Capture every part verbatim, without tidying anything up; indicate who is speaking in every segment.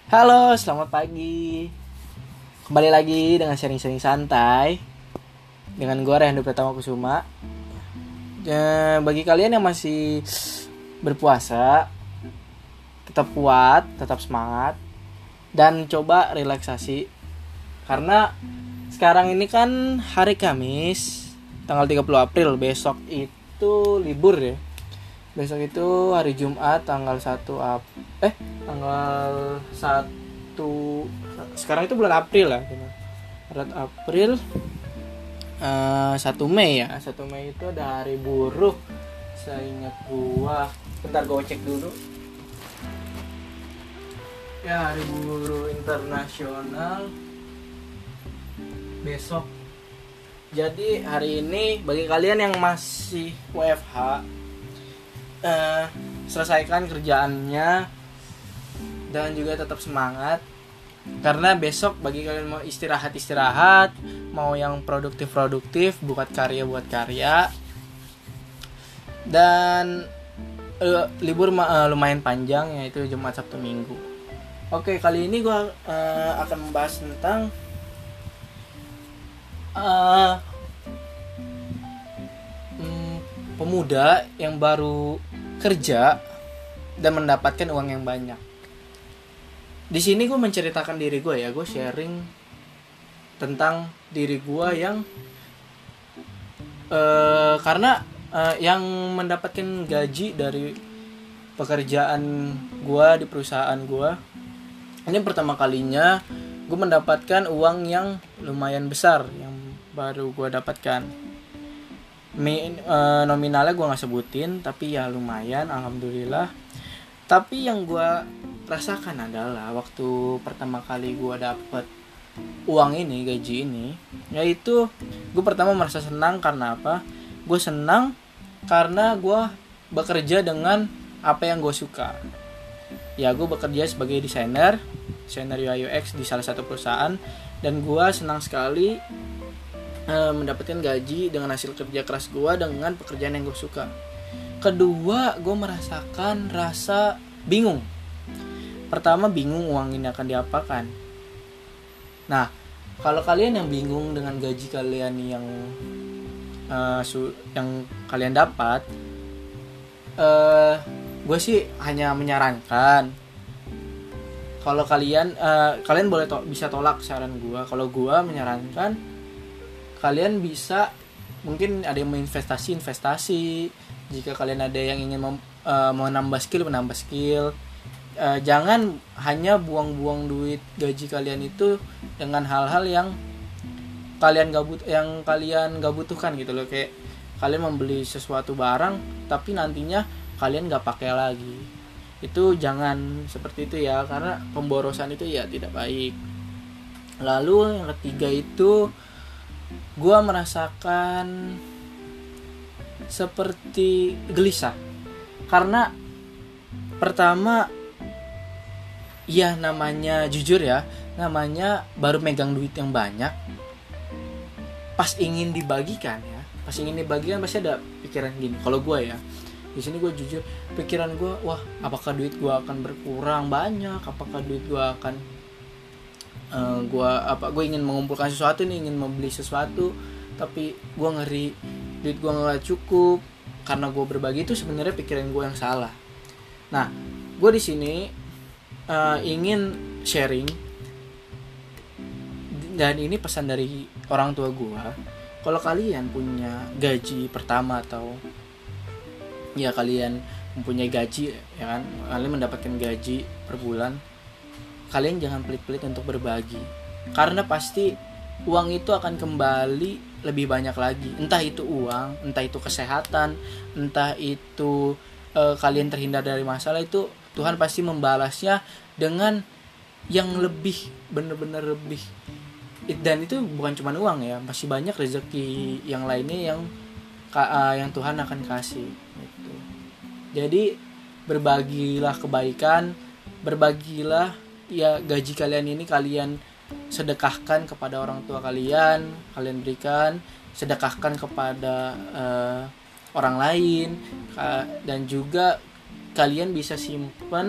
Speaker 1: Halo, selamat pagi. Kembali lagi dengan sharing-sharing santai dengan gue Rehandu Pratama Kusuma. Ya, bagi kalian yang masih berpuasa, tetap kuat, tetap semangat, dan coba relaksasi. Karena sekarang ini kan hari Kamis, tanggal tiga puluh April. Besok itu libur ya. Besok itu hari Jumat tanggal satu Ap eh tanggal satu, sekarang itu bulan April lah. Maret April uh, satu Mei ya. satu Mei itu ada hari buruh. Saya ingat gua. Bentar gua cek dulu. Ya, hari buruh internasional besok. Jadi hari ini bagi kalian yang masih W F H, Uh, selesaikan kerjaannya dan juga tetap semangat, karena besok bagi kalian mau istirahat-istirahat, mau yang produktif-produktif, buat karya buat karya, dan uh, libur uh, lumayan panjang, yaitu Jumat, Sabtu, Minggu. Oke, kali ini gue uh, akan membahas tentang uh, hmm, pemuda yang baru kerja dan mendapatkan uang yang banyak. Di sini gue menceritakan diri gue ya, gue sharing tentang diri gue yang uh, karena uh, yang mendapatkan gaji dari pekerjaan gue di perusahaan gue. Ini pertama kalinya gue mendapatkan uang yang lumayan besar yang baru gue dapatkan. Mi, e, nominalnya gue nggak sebutin, tapi ya lumayan, alhamdulillah. Tapi yang gue rasakan adalah waktu pertama kali gue dapet uang ini, gaji ini, yaitu gue pertama merasa senang. Karena apa? Gue senang karena gue bekerja dengan apa yang gue suka. Ya, gue bekerja sebagai desainer, desainer U I U X di salah satu perusahaan, dan gue senang sekali mendapatkan gaji dengan hasil kerja keras gue dengan pekerjaan yang gue suka. Kedua, gue merasakan rasa bingung. Pertama, bingung uang ini akan diapakan. Nah, kalau kalian yang bingung dengan gaji kalian yang uh, su- yang kalian dapat, uh, gue sih hanya menyarankan. Kalau kalian uh, kalian boleh to- bisa tolak saran gue. Kalau gue menyarankan kalian bisa, mungkin ada yang mau investasi investasi. Jika kalian ada yang ingin mem, uh, mau nambah skill menambah skill. Uh, jangan hanya buang-buang duit gaji kalian itu dengan hal-hal yang kalian gak but yang kalian gak butuhkan gitu loh. Kayak kalian membeli sesuatu barang tapi nantinya kalian gak pakai lagi. Itu jangan seperti itu ya, karena pemborosan itu ya tidak baik. Lalu yang ketiga itu, gue merasakan seperti gelisah. Karena pertama, ya namanya jujur ya, namanya baru megang duit yang banyak. Pas ingin dibagikan ya, pas ingin dibagikan pasti ada pikiran gini. Kalau gue ya, di sini gue jujur, pikiran gue, wah apakah duit gue akan berkurang banyak? Apakah duit gue akan Uh, gua apa gue ingin mengumpulkan sesuatu nih, ingin membeli sesuatu, tapi gue ngeri duit gue nggak cukup. Karena gue berbagi, itu sebenarnya pikiran gue yang salah. Nah, gue di sini uh, ingin sharing, dan ini pesan dari orang tua gue. Kalau kalian punya gaji pertama, atau ya kalian mempunyai gaji ya kan, kalian mendapatkan gaji per bulan, kalian jangan pelit-pelit untuk berbagi. Karena pasti uang itu akan kembali lebih banyak lagi. Entah itu uang, entah itu kesehatan, entah itu e, kalian terhindar dari masalah, itu Tuhan pasti membalasnya dengan yang lebih, benar-benar lebih. Dan itu bukan cuma uang ya, masih banyak rezeki yang lainnya yang yang Tuhan akan kasih gitu. Jadi berbagilah kebaikan, berbagilah ya gaji kalian ini, kalian sedekahkan kepada orang tua kalian, kalian berikan, sedekahkan kepada uh, orang lain, dan juga kalian bisa simpan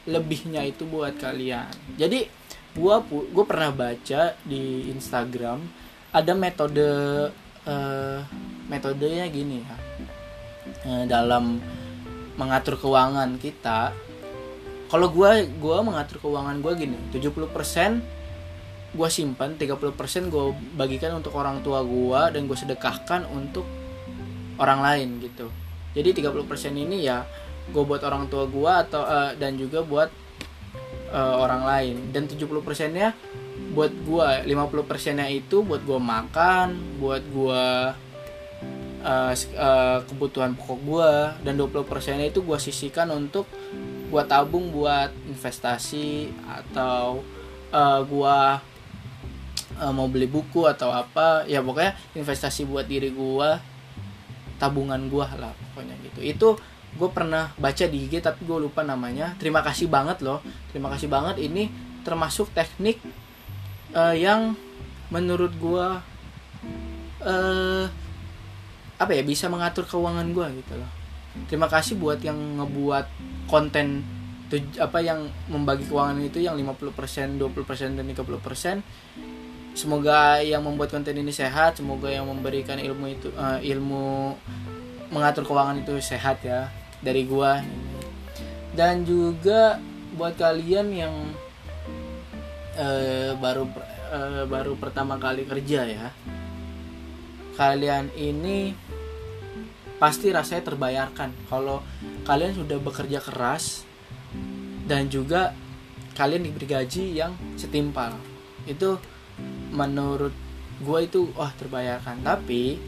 Speaker 1: lebihnya itu buat kalian. Jadi gua gue pernah baca di Instagram ada metode uh, metodenya gini ya. Uh, dalam mengatur keuangan kita, kalau gua gua mengatur keuangan gua gini, tujuh puluh persen gue simpan, tiga puluh persen gue bagikan untuk orang tua gue dan gue sedekahkan untuk orang lain gitu. Jadi tiga puluh persen ini ya gue buat orang tua gue atau uh, dan juga buat uh, orang lain, dan tujuh puluh persennya buat gue, lima puluh persennya itu buat gue makan, buat gue uh, uh, kebutuhan pokok gue, dan dua puluh persennya itu gue sisihkan untuk gue tabung buat investasi atau uh, gue Uh, mau beli buku atau apa ya, pokoknya investasi buat diri gue, tabungan gue lah pokoknya gitu. Itu gue pernah baca di I G tapi gue lupa namanya. Terima kasih banget loh, terima kasih banget. Ini termasuk teknik uh, yang menurut gue uh, apa ya, bisa mengatur keuangan gue gitu loh. Terima kasih buat yang ngebuat konten tuj- apa yang membagi keuangan itu yang lima puluh persen, dua puluh persen dan tiga puluh persen. Semoga yang membuat konten ini sehat, semoga yang memberikan ilmu itu uh, ilmu mengatur keuangan itu sehat ya dari gua. Dan juga buat kalian yang uh, baru uh, baru pertama kali kerja ya, kalian ini pasti rasanya terbayarkan kalau kalian sudah bekerja keras dan juga kalian diberi gaji yang setimpal. Itu menurut gue itu wah terbayarkan. Tapi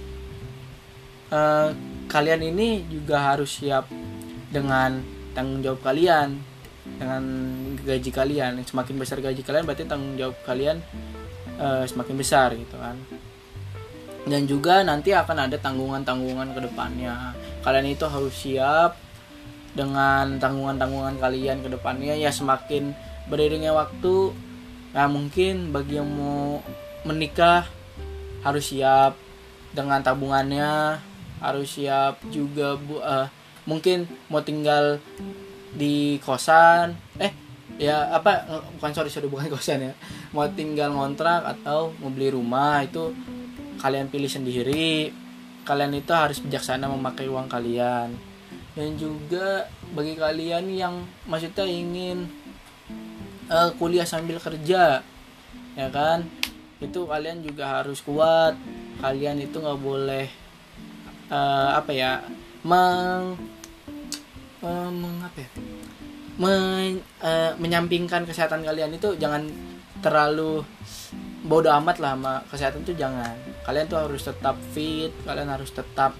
Speaker 1: uh, kalian ini juga harus siap dengan tanggung jawab kalian, dengan gaji kalian. Semakin besar gaji kalian berarti tanggung jawab kalian uh, semakin besar gitu kan. Dan juga nanti akan ada tanggungan-tanggungan ke depannya. Kalian itu harus siap dengan tanggungan-tanggungan kalian ke depannya ya. Semakin beriringnya waktu, nah mungkin bagi yang mau menikah harus siap dengan tabungannya, harus siap juga bu, uh, mungkin mau tinggal di kosan, eh ya apa bukan sorry sorry bukan kosan ya, mau tinggal ngontrak atau mau beli rumah, itu kalian pilih sendiri. Kalian itu harus bijaksana memakai uang kalian. Dan juga bagi kalian yang maksudnya ingin Uh, kuliah sambil kerja ya kan, itu kalian juga harus kuat. Kalian itu nggak boleh uh, apa ya meng, uh, meng apa ya men, uh, menyampingkan kesehatan kalian. Itu jangan terlalu bodo amat lah sama kesehatan itu, jangan. Kalian tuh harus tetap fit, kalian harus tetap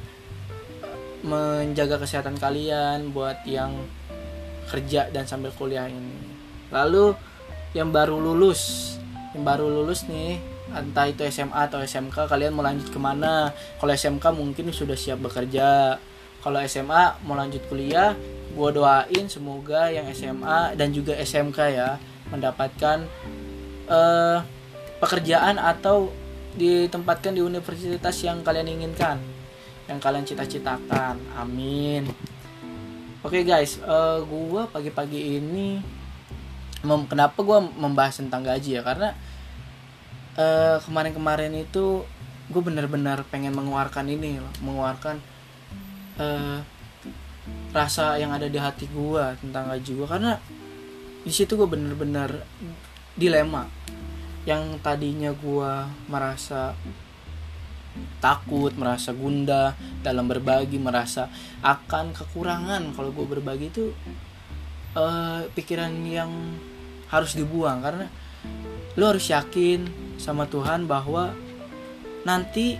Speaker 1: menjaga kesehatan kalian buat yang kerja dan sambil kuliah ini. Lalu yang baru lulus, yang baru lulus nih, entah itu S M A atau S M K, kalian mau lanjut kemana? Kalau S M K mungkin sudah siap bekerja. Kalau S M A mau lanjut kuliah, gua doain semoga yang S M A dan juga S M K ya mendapatkan uh, pekerjaan atau ditempatkan di universitas yang kalian inginkan, yang kalian cita-citakan. Amin. Oke okay guys, uh, gua pagi-pagi ini Mem, kenapa gue membahas tentang gaji ya, karena uh, kemarin-kemarin itu gue benar-benar pengen mengeluarkan ini loh, mengeluarkan uh, rasa yang ada di hati gue tentang gaji gue, karena di situ gue benar-benar dilema. Yang tadinya gue merasa takut, merasa gundah dalam berbagi, merasa akan kekurangan kalau gue berbagi, itu uh, pikiran yang harus dibuang. Karena lo harus yakin sama Tuhan bahwa nanti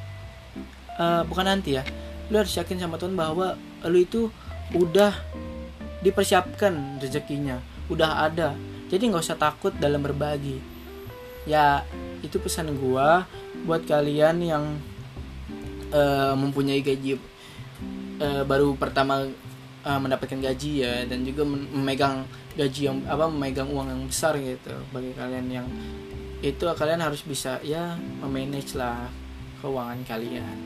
Speaker 1: uh, bukan nanti ya, lo harus yakin sama Tuhan bahwa lo itu udah dipersiapkan rezekinya, udah ada. Jadi nggak usah takut dalam berbagi. Ya itu pesan gua buat kalian yang uh, mempunyai gaji uh, baru pertama uh, mendapatkan gaji ya, dan juga memegang gaji yang apa memegang uang yang besar gitu. Bagi kalian yang itu, kalian harus bisa ya memanage lah keuangan kalian.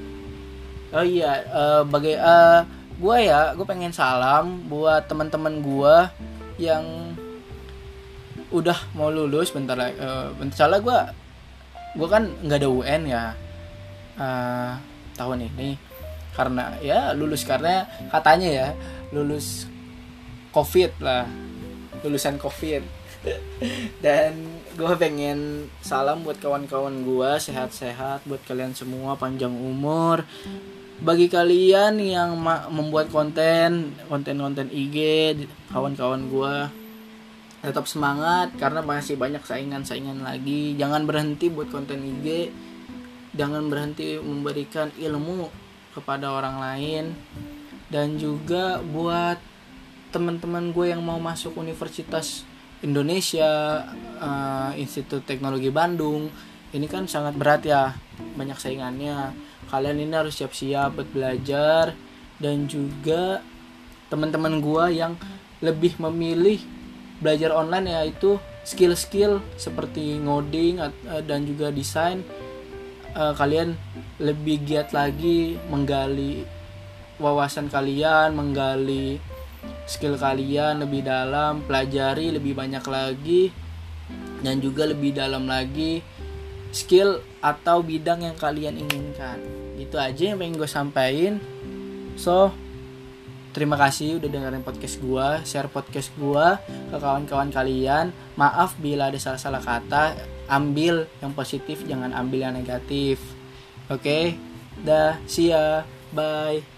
Speaker 1: Oh iya, uh, bagi uh, gue ya, gue pengen salam buat teman-teman gue yang udah mau lulus bentar lagi, uh, bentar salah gue gue kan nggak ada U N ya uh, tahun ini karena ya lulus karena katanya ya lulus COVID lah, lulusan COVID. Dan gue pengen salam buat kawan-kawan gue, sehat-sehat buat kalian semua, panjang umur. Bagi kalian yang ma- membuat konten konten-konten I G, kawan-kawan gue, tetap semangat karena masih banyak saingan-saingan lagi. Jangan berhenti buat konten I G, jangan berhenti memberikan ilmu kepada orang lain. Dan juga buat teman-teman gue yang mau masuk Universitas Indonesia, uh, Institut Teknologi Bandung, ini kan sangat berat ya, banyak saingannya. Kalian ini harus siap-siap buat belajar. Dan juga teman-teman gue yang lebih memilih belajar online, yaitu skill-skill seperti ngoding uh, dan juga desain. Uh, kalian lebih giat lagi menggali wawasan kalian, menggali skill kalian lebih dalam, pelajari lebih banyak lagi, dan juga lebih dalam lagi skill atau bidang yang kalian inginkan. Itu aja yang pengen gue sampaikan. So, terima kasih udah dengerin podcast gue, share podcast gue ke kawan-kawan kalian. Maaf bila ada salah-salah kata, ambil yang positif, jangan ambil yang negatif. Oke, okay? Dah, see ya, bye.